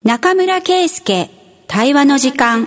中村圭介対話の時間。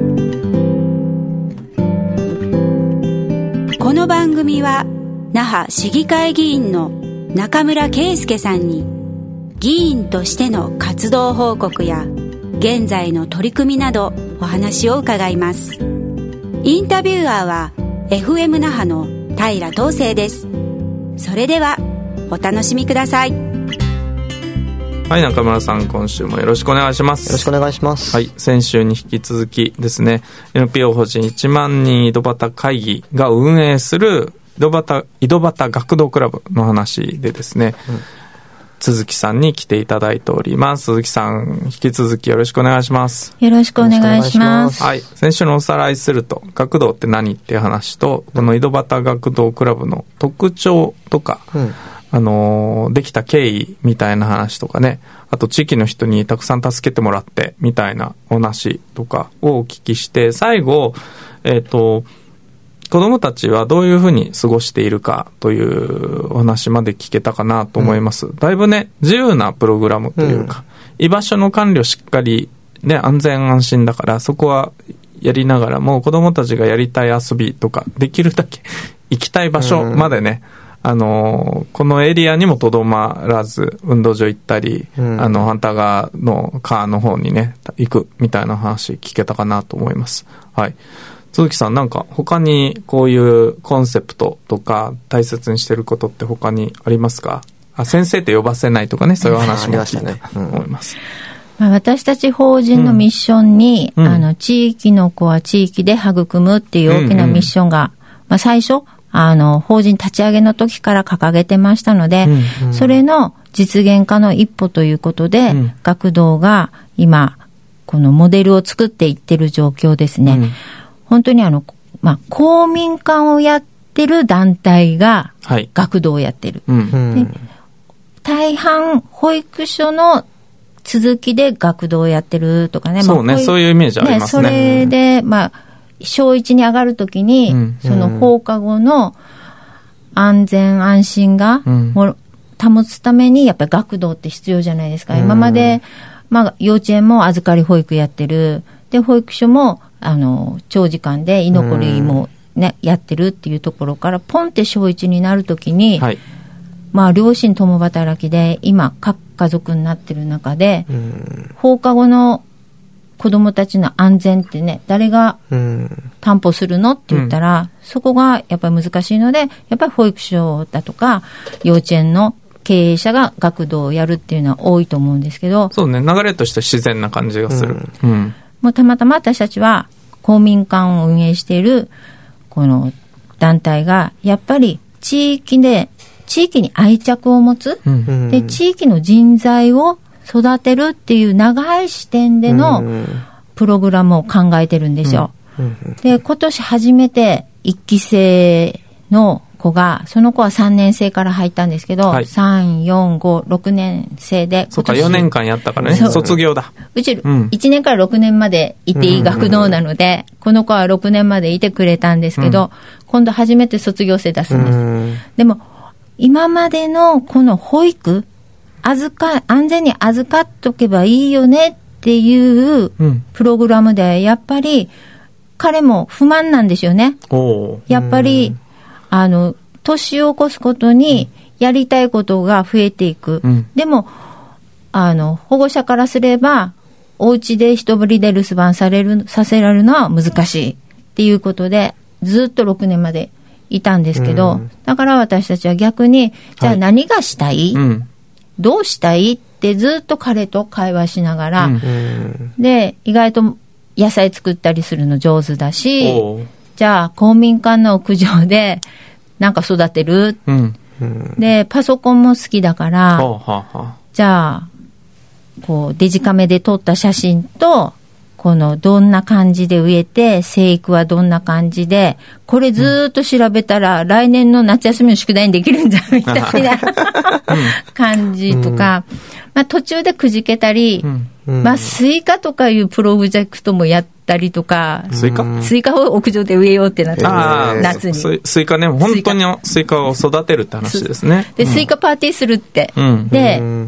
この番組は那覇市議会議員の中村圭介さんに議員としての活動報告や現在の取り組みなどお話を伺います。インタビュアーは FM 那覇の平東成です。それではお楽しみください。 はい、中村さん、今週もよろしくお願いします。 よろしくお願いします。 はい、先週に引き続きですね、NPO 法人1万人井戸端会議が運営する井戸端学童クラブの話でですね、鈴木さんに来ていただいております。鈴木さん、引き続きよろしくお願いします。 よろしくお願いします。 はい、先週のおさらいすると、学童って何っていう話と、この井戸端学童クラブの特徴とか、できた経緯みたいな話とかね、あと地域の人にたくさん助けてもらってみたいなお話とかをお聞きして、最後、子供たちはどういうふうに過ごしているかというお話まで聞けたかなと思います。だいぶね、自由なプログラムというか、居場所の管理をしっかりね、安全安心だからそこはやりながらも、子供たちがやりたい遊びとかできるだけ行きたい場所までね、このエリアにもとどまらず運動場行ったり、反対側の川の方にね行くみたいな話聞けたかなと思います。はい、鈴木さん、なんか他にこういうコンセプトとか大切にしてることって他にありますか？先生って呼ばせないとかね、そういう話も聞いたと思います。 私たち法人のミッションに、地域の子は地域で育むっていう大きなミッションが、最初法人立ち上げの時から掲げてましたので、それの実現化の一歩ということで、学童が今このモデルを作っていってる状況ですね。本当に公民館をやってる団体が学童をやってる、で大半保育所の続きで学童をやってるとかね、 そうね、そういうイメージありますね。 それで小1に上がるときに、その放課後の安全安心が保つためにやっぱり学童って必要じゃないですか。今まで、幼稚園も預かり保育やってる。で、保育所も、長時間で居残りもね、やってるっていうところから、ポンって小1になるときに、両親共働きで、今、各家族になってる中で、放課後の子供たちの安全ってね、誰が担保するのって言ったら、そこがやっぱり難しいので、やっぱり保育所だとか幼稚園の経営者が学童をやるっていうのは多いと思うんですけど、 そうね、流れとして自然な感じがする。 もうたまたま私たちは公民館を運営しているこの団体がやっぱり地域に愛着を持つ、で地域の人材を育てるっていう長い視点でのプログラムを考えてるんですよ。で、今年初めて1期生の子が、その子は3年生から入ったんですけど、3、4、5、6年生で。 そうか、4年間やったからね、卒業だ。 うち、1年から6年までいていい学童なので、この子は6年までいてくれたんですけど、今度初めて卒業生出すんです。でも、今までのこの保育、安全に預かっとけばいいよねっていうプログラムで、やっぱり彼も不満なんですよね。やっぱり年を越すことにやりたいことが増えていく。でも保護者からすればお家で一人で留守番させられるのは難しいっていうことで、ずっと6年までいたんですけど、だから私たちは逆に、じゃあ何がしたい？どうしたいってずっと彼と会話しながら、で、意外と野菜作ったりするの上手だし、じゃあ公民館の屋上でなんか育てる、で、パソコンも好きだから、じゃあ、こう、デジカメで撮った写真と、このどんな感じで植えて、生育はどんな感じで、これずっと調べたら、来年の夏休みの宿題にできるんじゃみたいな感じとか、途中でくじけたり、スイカとかいうプロジェクトもやったりとか、スイカを屋上で植えようってなったんです、夏に。 スイカね、本当にスイカを育てるって話ですね。 で、スイカパーティーするって。で、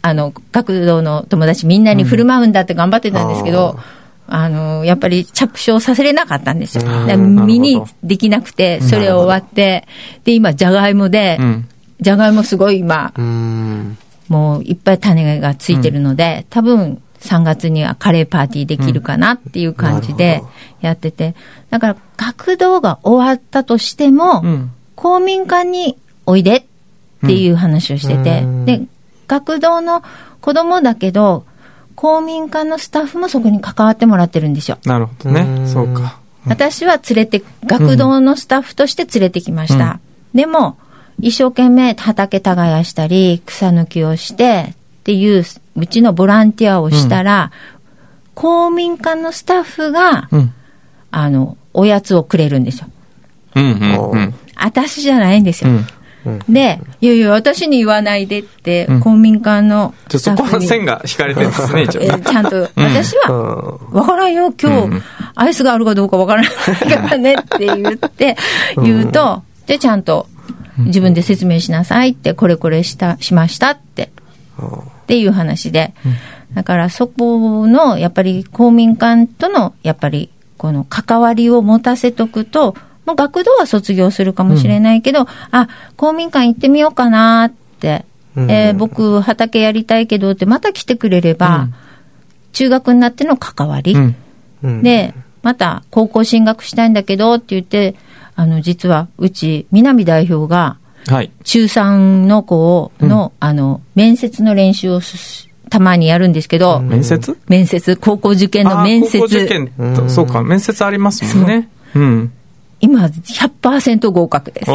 学童の友達みんなに振る舞うんだって頑張ってたんですけど、やっぱり着床させれなかったんですよ。身にできなくて、それ終わって、で、今、じゃがいもで、じゃがいもすごい今、もういっぱい種がついてるので、多分3月にはカレーパーティーできるかなっていう感じでやってて、だから学童が終わったとしても、公民館においでっていう話をしてて、で、学童の子供だけど、公民館のスタッフもそこに関わってもらってるんですよ。 なるほどね。そうか。 私は学童のスタッフとして連れてきました。でも、一生懸命畑耕したり、草抜きをしてっていう、うちのボランティアをしたら、公民館のスタッフが、おやつをくれるんですよ。私じゃないんですよ。で、いやいや、私に言わないでって、公民館のスタッフに。 そこは線が引かれてるんですね、 ちゃんと、私は、わからんよ、今日、アイスがあるかどうかわからないからねって言うと、で、ちゃんと自分で説明しなさいって、これこれしましたっていう話で、だからそこの、やっぱり公民館との、やっぱり、この関わりを持たせとくと、もう学童は卒業するかもしれないけど、公民館行ってみようかなって、僕畑やりたいけどってまた来てくれれば、中学になっての関わり、で、また高校進学したいんだけどって言って、実はうち南代表が、中3の子の、面接の練習をたまにやるんですけど、面接高校受験の面接。 高校受験と、そうか、面接ありますもんね。 今 100% 合格です。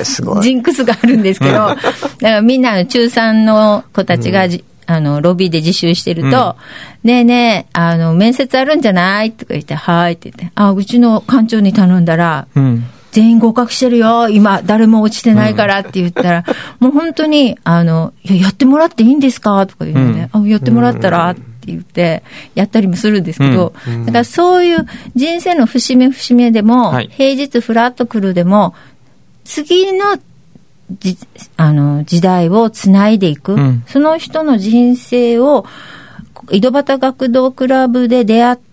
すごい。ジンクスがあるんですけど、だからみんな中3の子たちがロビーで自習してると、ねえねえ、面接あるんじゃないとか言って、はいって言って、うちの館長に頼んだら、全員合格してるよ、今、誰も落ちてないからって言ったら、もう本当に、いや、やってもらっていいんですかとか言うので、やってもらったらって言って、やったりもするんですけど、だからそういう人生の節目節目でも、平日フラッと来るでも、次の時代をつないでいく、その人の人生を、井戸端学童クラブで出会って、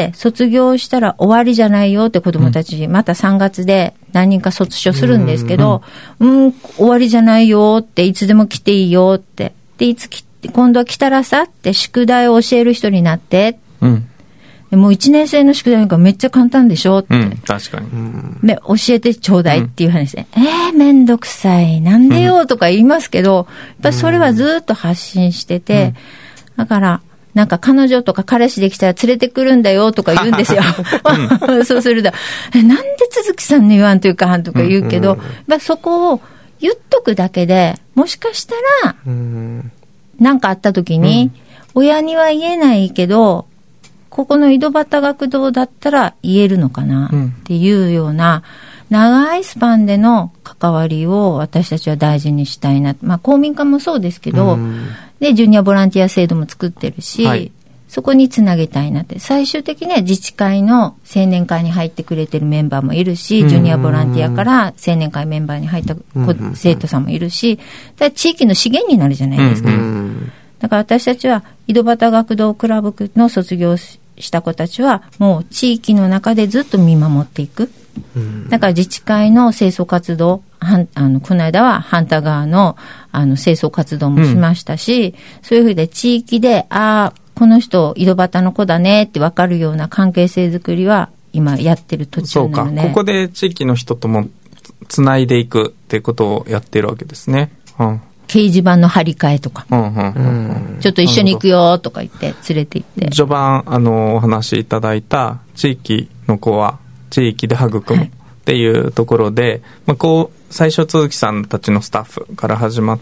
卒業したら終わりじゃないよって子どもたち、また3月で何人か卒業するんですけど、終わりじゃないよって、いつでも来ていいよって。で、いつ今度は来たらさって宿題を教える人になって、もう1年生の宿題がめっちゃ簡単でしょって。 確かに。 で、教えてちょうだいっていう話で、めんどくさい、なんでよとか言いますけど、やっぱそれはずっと発信してて、だから、なんか彼女とか彼氏できたら連れてくるんだよとか言うんですよ。そうすると、なんで鈴木さんの言わんというかとか言うけど、そこを言っとくだけで、もしかしたら、なんかあった時に、親には言えないけど、ここの井戸端学童だったら言えるのかなっていうような、長いスパンでの関わりを私たちは大事にしたいな。公民館もそうですけど、で、ジュニアボランティア制度も作ってるし、そこにつなげたいなって。最終的には自治会の青年会に入ってくれてるメンバーもいるし、ジュニアボランティアから青年会メンバーに入った生徒さんもいるし、だから地域の資源になるじゃないですか。だから私たちは井戸端学童クラブの卒業した子たちはもう地域の中でずっと見守っていく。だから自治会の清掃活動、この間は反対側の清掃活動もしましたし、そういうふうで地域で、この人井戸端の子だねって分かるような関係性づくりは今やってる途中なので。そうか。 ここで地域の人ともつないでいくっていうことをやってるわけですね。 掲示板の張り替えとか、ちょっと一緒に行くよとか言って連れて行って。 序盤お話しいただいた地域の子は地域で育むっていうところで、最初都築さんたちのスタッフから始まって、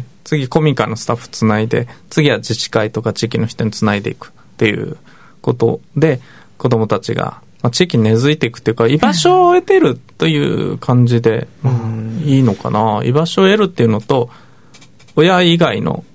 次公民館のスタッフつないで、次は自治会とか地域の人につないでいくっていうことで、子どもたちが、地域に根付いていくっていうか、居場所を得てるという感じで、いいのかな。居場所を得るっていうのと、親以外の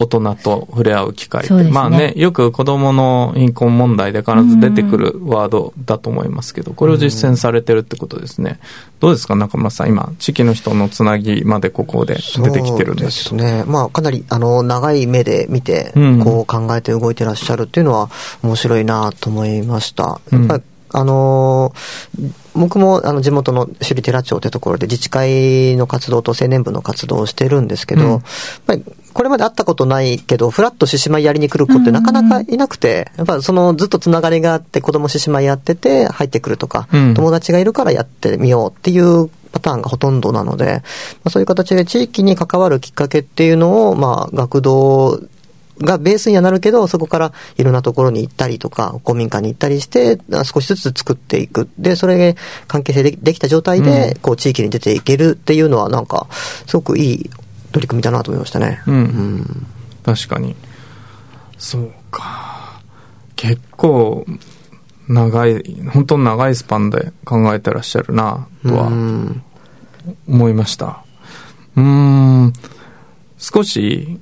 大人と触れ合う機会って、 そうですね、 まあね、よく子供の貧困問題で必ず出てくるワードだと思いますけど、これを実践されてるってことですね。どうですか、中村さん、今地域の人のつなぎまでここで出てきてるんですけど。 そうですね、まあ、かなり長い目で見て、こう考えて動いてらっしゃるっていうのは面白いなと思いました。やっぱり僕も地元の首里寺町というところで自治会の活動と青年部の活動をしてるんですけど、やっぱりこれまで会ったことないけどフラッと獅子舞やりに来る子ってなかなかいなくて、やっぱりずっとつながりがあって子供獅子舞やってて入ってくるとか、友達がいるからやってみようっていうパターンがほとんどなので、そういう形で地域に関わるきっかけっていうのを、学童がベースにはなるけど、そこからいろんなところに行ったりとか公民館に行ったりして少しずつ作っていく。でそれで関係性できた状態でこう地域に出ていけるっていうのはなんかすごくいい取り組みだなと思いましたね。 確かにそうか。結構本当に長いスパンで考えてらっしゃるなとは思いました。少し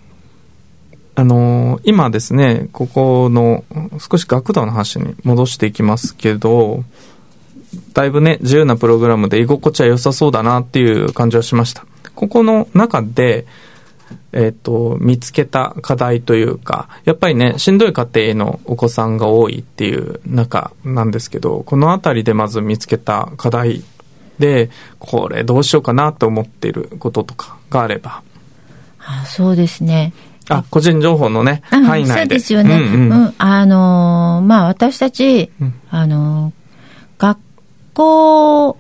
今ですね、ここの少し学童の話に戻していきますけど、だいぶね自由なプログラムで居心地は良さそうだなっていう感じはしました。ここの中で見つけた課題というか、やっぱりねしんどい家庭のお子さんが多いっていう中なんですけど、このあたりでまず見つけた課題でこれどうしようかなと思っていることとかがあれば。 そうですね、 個人情報のね範囲内で。 そうですよね、私たち、学校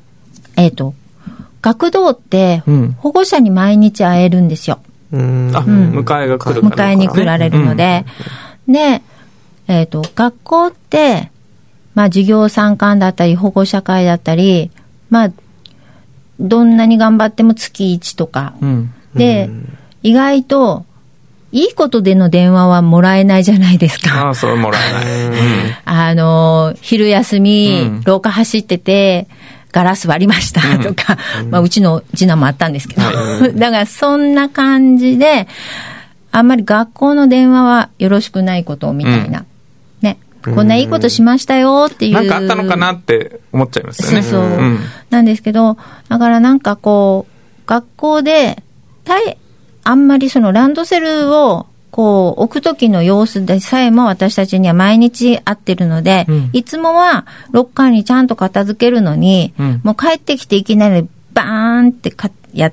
学童って保護者に毎日会えるんですよ。 迎えが来るから、 迎えに来られるので、で、学校って授業参観だったり保護者会だったり、どんなに頑張っても月1とか、で意外といいことでの電話はもらえないじゃないですか。 それもらえない。 昼休み、廊下走っててガラス割りましたとか、うちの次男もあったんですけど、だからそんな感じであんまり学校の電話はよろしくないことみたいな、こんないいことしましたよっていう、 なんかあったのかなって思っちゃいますよね。 そう、なんですけど、だからなんかこう学校であんまりそのランドセルをこう置くときの様子でさえも私たちには毎日会ってるので、いつもはロッカーにちゃんと片付けるのに、もう帰ってきていきなりバーンってやって、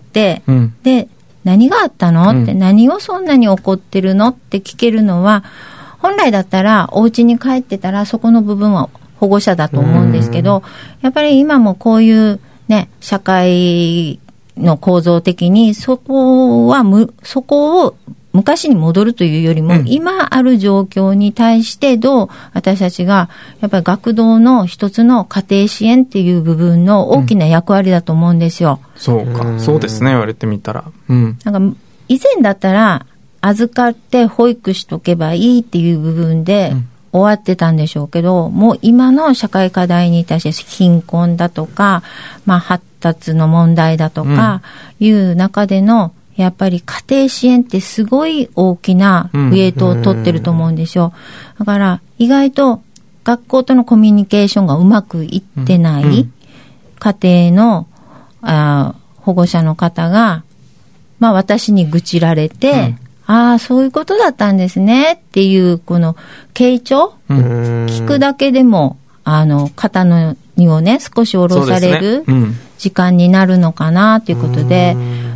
で何があったのって、何をそんなに怒ってるのって聞けるのは、本来だったらお家に帰ってたらそこの部分は保護者だと思うんですけど、やっぱり今もこういうね社会の構造的にそこを昔に戻るというよりも、今ある状況に対してどう私たちがやっぱり学童の一つの家庭支援っていう部分の大きな役割だと思うんですよ。 そうか、そうですね、言われてみたら。なんか以前だったら預かって保育しとけばいいっていう部分で終わってたんでしょうけど、もう今の社会課題に対して貧困だとか、発達の問題だとかいう中でのやっぱり家庭支援ってすごい大きなウェイトを取ってると思うんですよ。だから意外と学校とのコミュニケーションがうまくいってない家庭の保護者の方が、私に愚痴られて、そういうことだったんですねっていうこの傾聴、聞くだけでも肩の荷をね少し下ろされる時間になるのかなということで、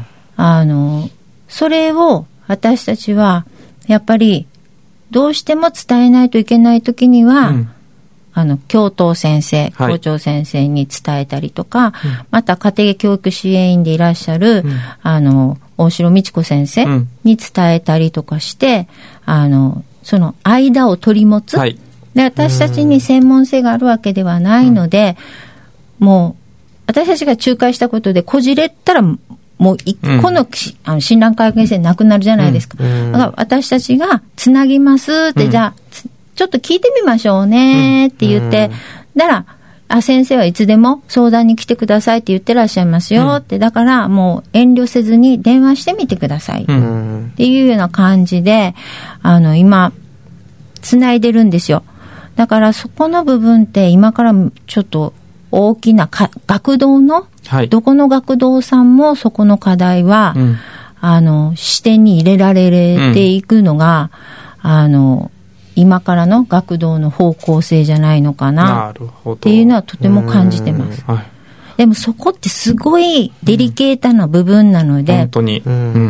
それを私たちはやっぱりどうしても伝えないといけないときには、教頭先生、校長先生に伝えたりとか、また家庭教育支援員でいらっしゃる、大城美智子先生に伝えたりとかして、その間を取り持つ、で私たちに専門性があるわけではないので、もう私たちが仲介したことでこじれたらもう一個の、診断関係性なくなるじゃないですか。だから私たちがつなぎますって、じゃあちょっと聞いてみましょうねって言って、だから先生はいつでも相談に来てくださいって言ってらっしゃいますよって、だからもう遠慮せずに電話してみてくださいっていうような感じで、今、つないでるんですよ。だからそこの部分って今からちょっと大きな学童の、どこの学童さんもそこの課題は、視点に入れられていくのが、今からの学童の方向性じゃないのかなっていうのはとても感じてます。でもそこってすごいデリケートな部分なので、 本当に、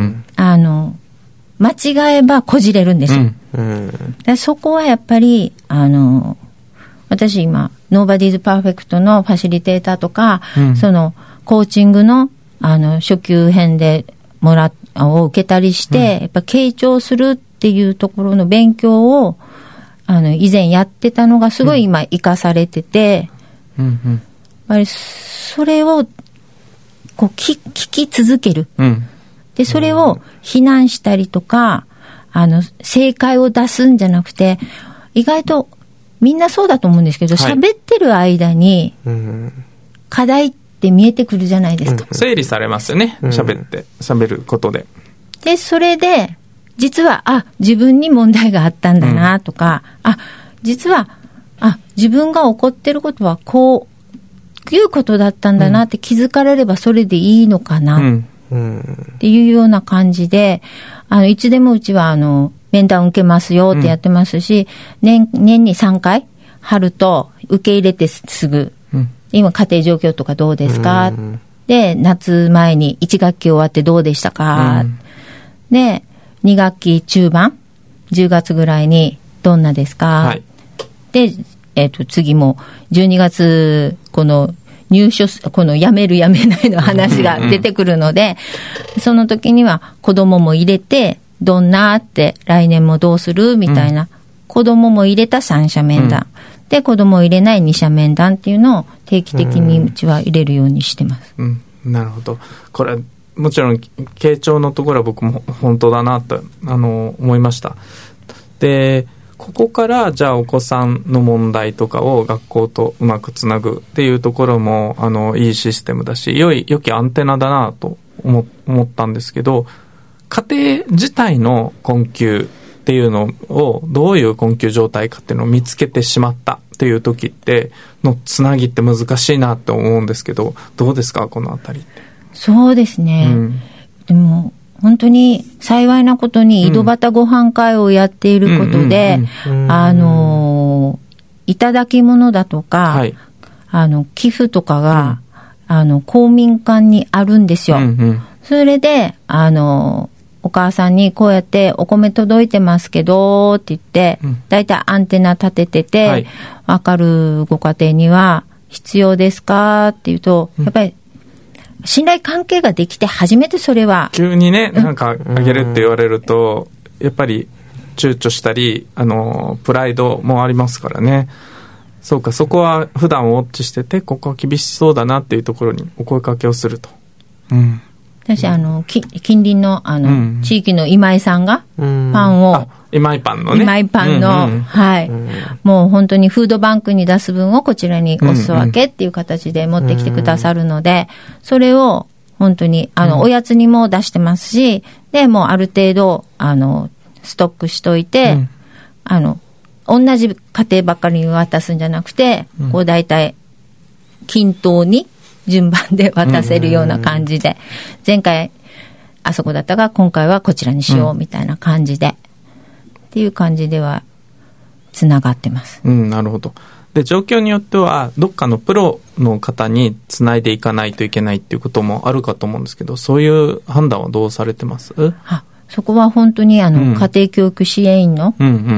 間違えばこじれるんですよ。でそこはやっぱり私今Nobody's Perfectのファシリテーターとか、そのコーチングの初級編でを受けたりして、やっぱ傾聴するっていうところの勉強を以前やってたのがすごい今活かされてて、やっぱりそれをこう聞き続ける、でそれを非難したりとか正解を出すんじゃなくて、意外とみんなそうだと思うんですけど、喋ってる間に課題って見えてくるじゃないですか。 整理されますよね、喋ることで。 でそれで実は自分に問題があったんだなとか、実は自分が起こってることはこういうことだったんだなって気づかれればそれでいいのかなっていうような感じで、いつでもうちは面談受けますよってやってますし、年に3回春と受け入れてすぐ、今家庭状況とかどうですか、で夏前に1学期終わってどうでしたか、で2学期中盤10月ぐらいにどんなですか、で、次も12月このこの辞める辞めないの話が出てくるので、その時には子供も入れてどんなって来年もどうするみたいな、子供も入れた3者面談、で子供を入れない2者面談っていうのを定期的にうちは入れるようにしてます。 なるほど。これもちろん傾聴のところは僕も本当だなと思いました。でここからじゃあお子さんの問題とかを学校とうまくつなぐっていうところもいいシステムだし、良きアンテナだなと思ったんですけど、家庭自体の困窮っていうのをどういう困窮状態かっていうのを見つけてしまったっていう時ってのつなぎって難しいなって思うんですけど、どうですかこのあたりって。 そうですね、でも本当に幸いなことに井戸端ご飯会をやっていることで、いただき物だとか、寄付とかが、公民館にあるんですよ。それでお母さんにこうやってお米届いてますけどって言って、だいたいアンテナ立ててて、わかるご家庭には必要ですかって言うと、やっぱり信頼関係ができて初めてそれは急にねなんかあげるって言われるとやっぱり躊躇したりプライドもありますからね。そうか、そこは普段ウォッチしててここは厳しそうだなっていうところにお声かけをすると。 私近隣の地域の今井さんがパンを今井パンのね、 今井パンの、もう本当にフードバンクに出す分をこちらにお裾分けっていう形で持ってきてくださるので、それを本当におやつにも出してますし、でもうある程度ストックしといて、同じ家庭ばっかりに渡すんじゃなくて、こう大体均等に順番で渡せるような感じで、前回あそこだったが今回はこちらにしようみたいな感じで、っていう感じではつながってます。 なるほど。で状況によってはどっかのプロの方につないでいかないといけないっていうこともあるかと思うんですけど、そういう判断はどうされてます？ そこは本当に家庭教育支援員の、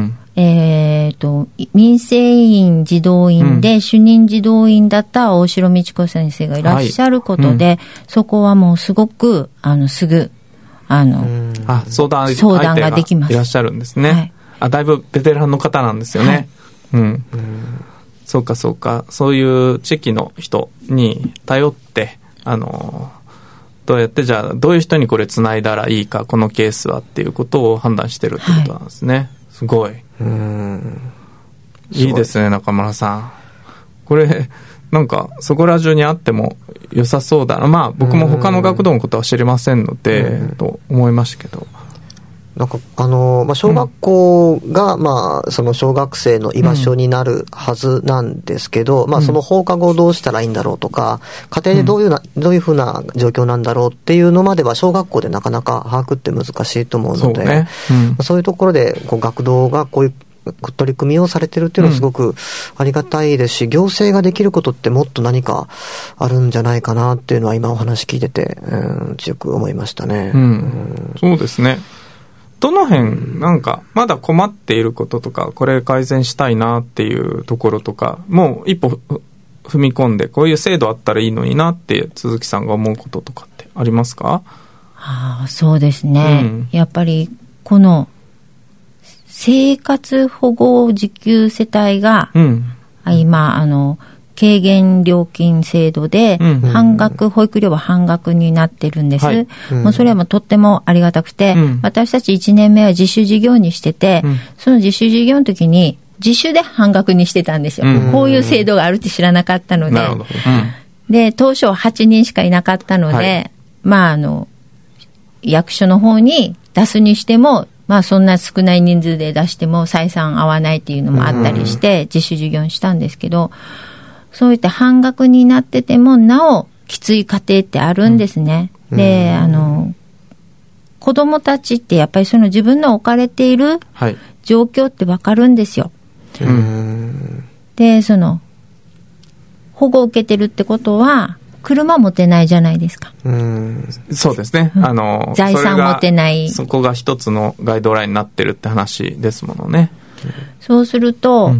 民生委員児童院で、主任児童院だった大城美智子先生がいらっしゃることで、そこはもうすごくすぐ相談ができます。 いらっしゃるんですね。だいぶベテランの方なんですよね。そうかそうか、そういう地域の人に頼ってどうやってじゃあどういう人にこれつないだらいいか、このケースはっていうことを判断してるってことなんですね。すごい。いいですね、中村さん。これなんかそこら中にあっても良さそうだな。まあ僕も他の学童のことは知りませんので、と思いましたけど。 なんか小学校が、その小学生の居場所になるはずなんですけど、その放課後どうしたらいいんだろうとか、家庭でどういうふうな状況なんだろうっていうのまでは小学校でなかなか把握って難しいと思うので、そういうところで学童がこういう取り組みをされてるっていうのはすごくありがたいですし、行政ができることってもっと何かあるんじゃないかなっていうのは今お話聞いてて、強く思いましたね。 そうですね。どの辺、なんか、まだ困っていることとか、これ改善したいなっていうところとか、もう一歩踏み込んで、こういう制度あったらいいのになって、鈴木さんが思うこととかってありますか？ そうですね。やっぱり、この、生活保護受給世帯が、今、軽減料金制度で、半額、保育料は半額になってるんです。もうそれはもうとってもありがたくて、私たち1年目は自主事業にしてて、その自主事業の時に、自主で半額にしてたんですよ。こういう制度があるって知らなかったので。で、当初8人しかいなかったので、役所の方に出すにしても、そんな少ない人数で出しても採算合わないっていうのもあったりして、自主事業にしたんですけど、そういった半額になっててもなおきつい家庭ってあるんですね。で、子供たちってやっぱりその自分の置かれている状況ってわかるんですよ。で、その保護を受けてるってことは車持てないじゃないですか。 そうですね。 財産持てない。 そこが一つのガイドラインになってるって話ですものね。 そうすると、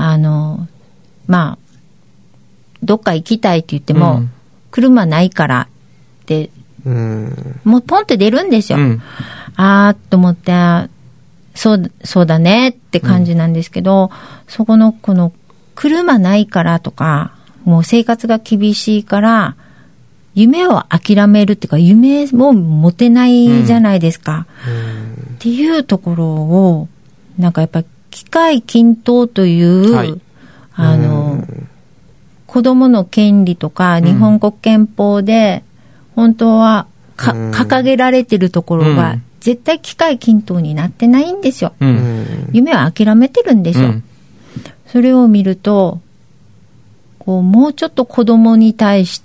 どっか行きたいって言っても、車ないからって、もうポンって出るんですよ。と思って、そうだねって感じなんですけど、そこのこの車ないからとか、もう生活が厳しいから、夢を諦めるっていうか、夢も持てないじゃないですか。っていうところを、なんかやっぱり機会均等という、子供の権利とか日本国憲法で本当は掲げられてるところは絶対機会均等になってないんですよ。夢は諦めてるんですよ。それを見るともうちょっと子供に対して、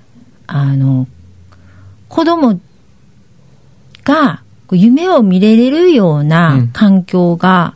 子供が夢を見れるような環境が、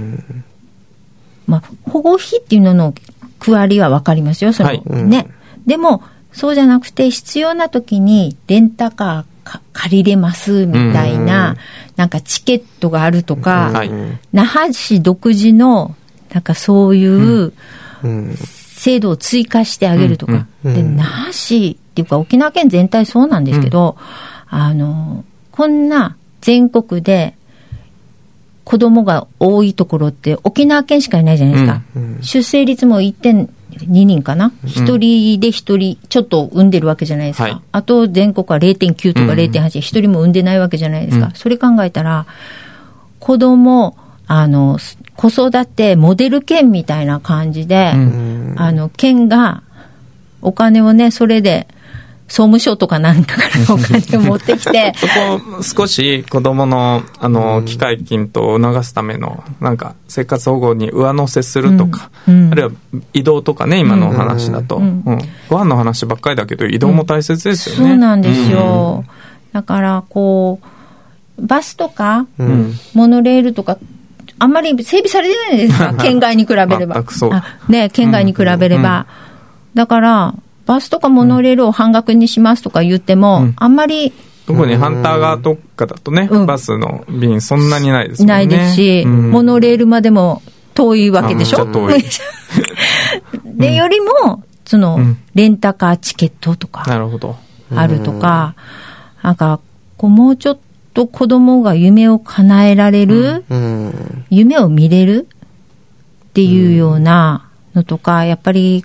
保護費っていうのの区割りは分かりますよ、そのね。でもそうじゃなくて必要な時にレンタカー借りれますみたいな、なんかチケットがあるとか、那覇市独自のなんかそういう制度を追加してあげるとか、で那覇市っていうか沖縄県全体そうなんですけど、こんな全国で子供が多いところって沖縄県しかいないじゃないですか。出生率も 1.2 人かな、1人で1人ちょっと産んでるわけじゃないですか。あと全国は 0.9 とか 0.8 1人も産んでないわけじゃないですか。それ考えたら子供子育てモデル県みたいな感じで、県がお金をね、それで総務省とかなんかからお金を持ってきてそこを少し子供の機会均等を促すためのなんか生活保護に上乗せするとか、あるいは移動とかね、今のお話だと、ご飯の話ばっかりだけど移動も大切ですよね。 そうなんですよ。だからバスとか、モノレールとかあんまり整備されてないですか県外に比べれば。 全くそう。 県外に比べれば。だからバスとかモノレールを半額にしますとか言っても、あんまり特にハンター側とかだとね、バスの便そんなにないですもんね。 ないですし、モノレールまでも遠いわけでしょ。 遠いでよりもその、レンタカーチケットとかあるとか、なんかもうちょっと子供が夢を叶えられる、夢を見れるっていうようなのとか、やっぱり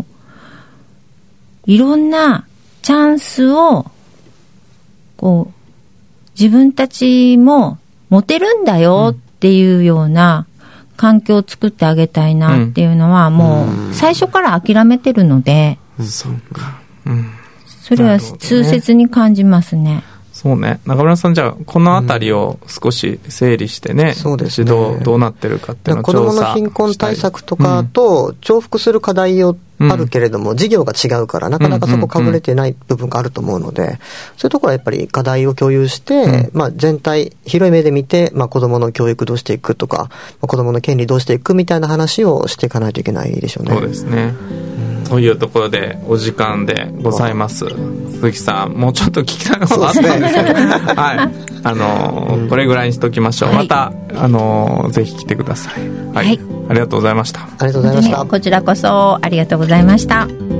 いろんなチャンスを自分たちも持てるんだよっていうような環境を作ってあげたいなっていうのは、もう最初から諦めてるので、 そうか、 それは痛切に感じますね。 そうね。中村さん、じゃあこのあたりを少し整理してね、 そうですね、 どうなってるかっていうのを調査子どもの貧困対策とかと重複する課題をあるけれども、事業が違うからなかなかそこかぶれてない部分があると思うので、そういうところはやっぱり課題を共有して、全体広い目で見て、子どもの教育どうしていくとか、子どもの権利どうしていくみたいな話をしていかないといけないでしょうね。 そうですね。というところでお時間でございます。鈴木さん、もうちょっと聞きたいことあったんですけど、はい、これぐらいにしときましょう。またぜひ来てください。はい、ありがとうございました。 ありがとうございました。 こちらこそありがとうございました。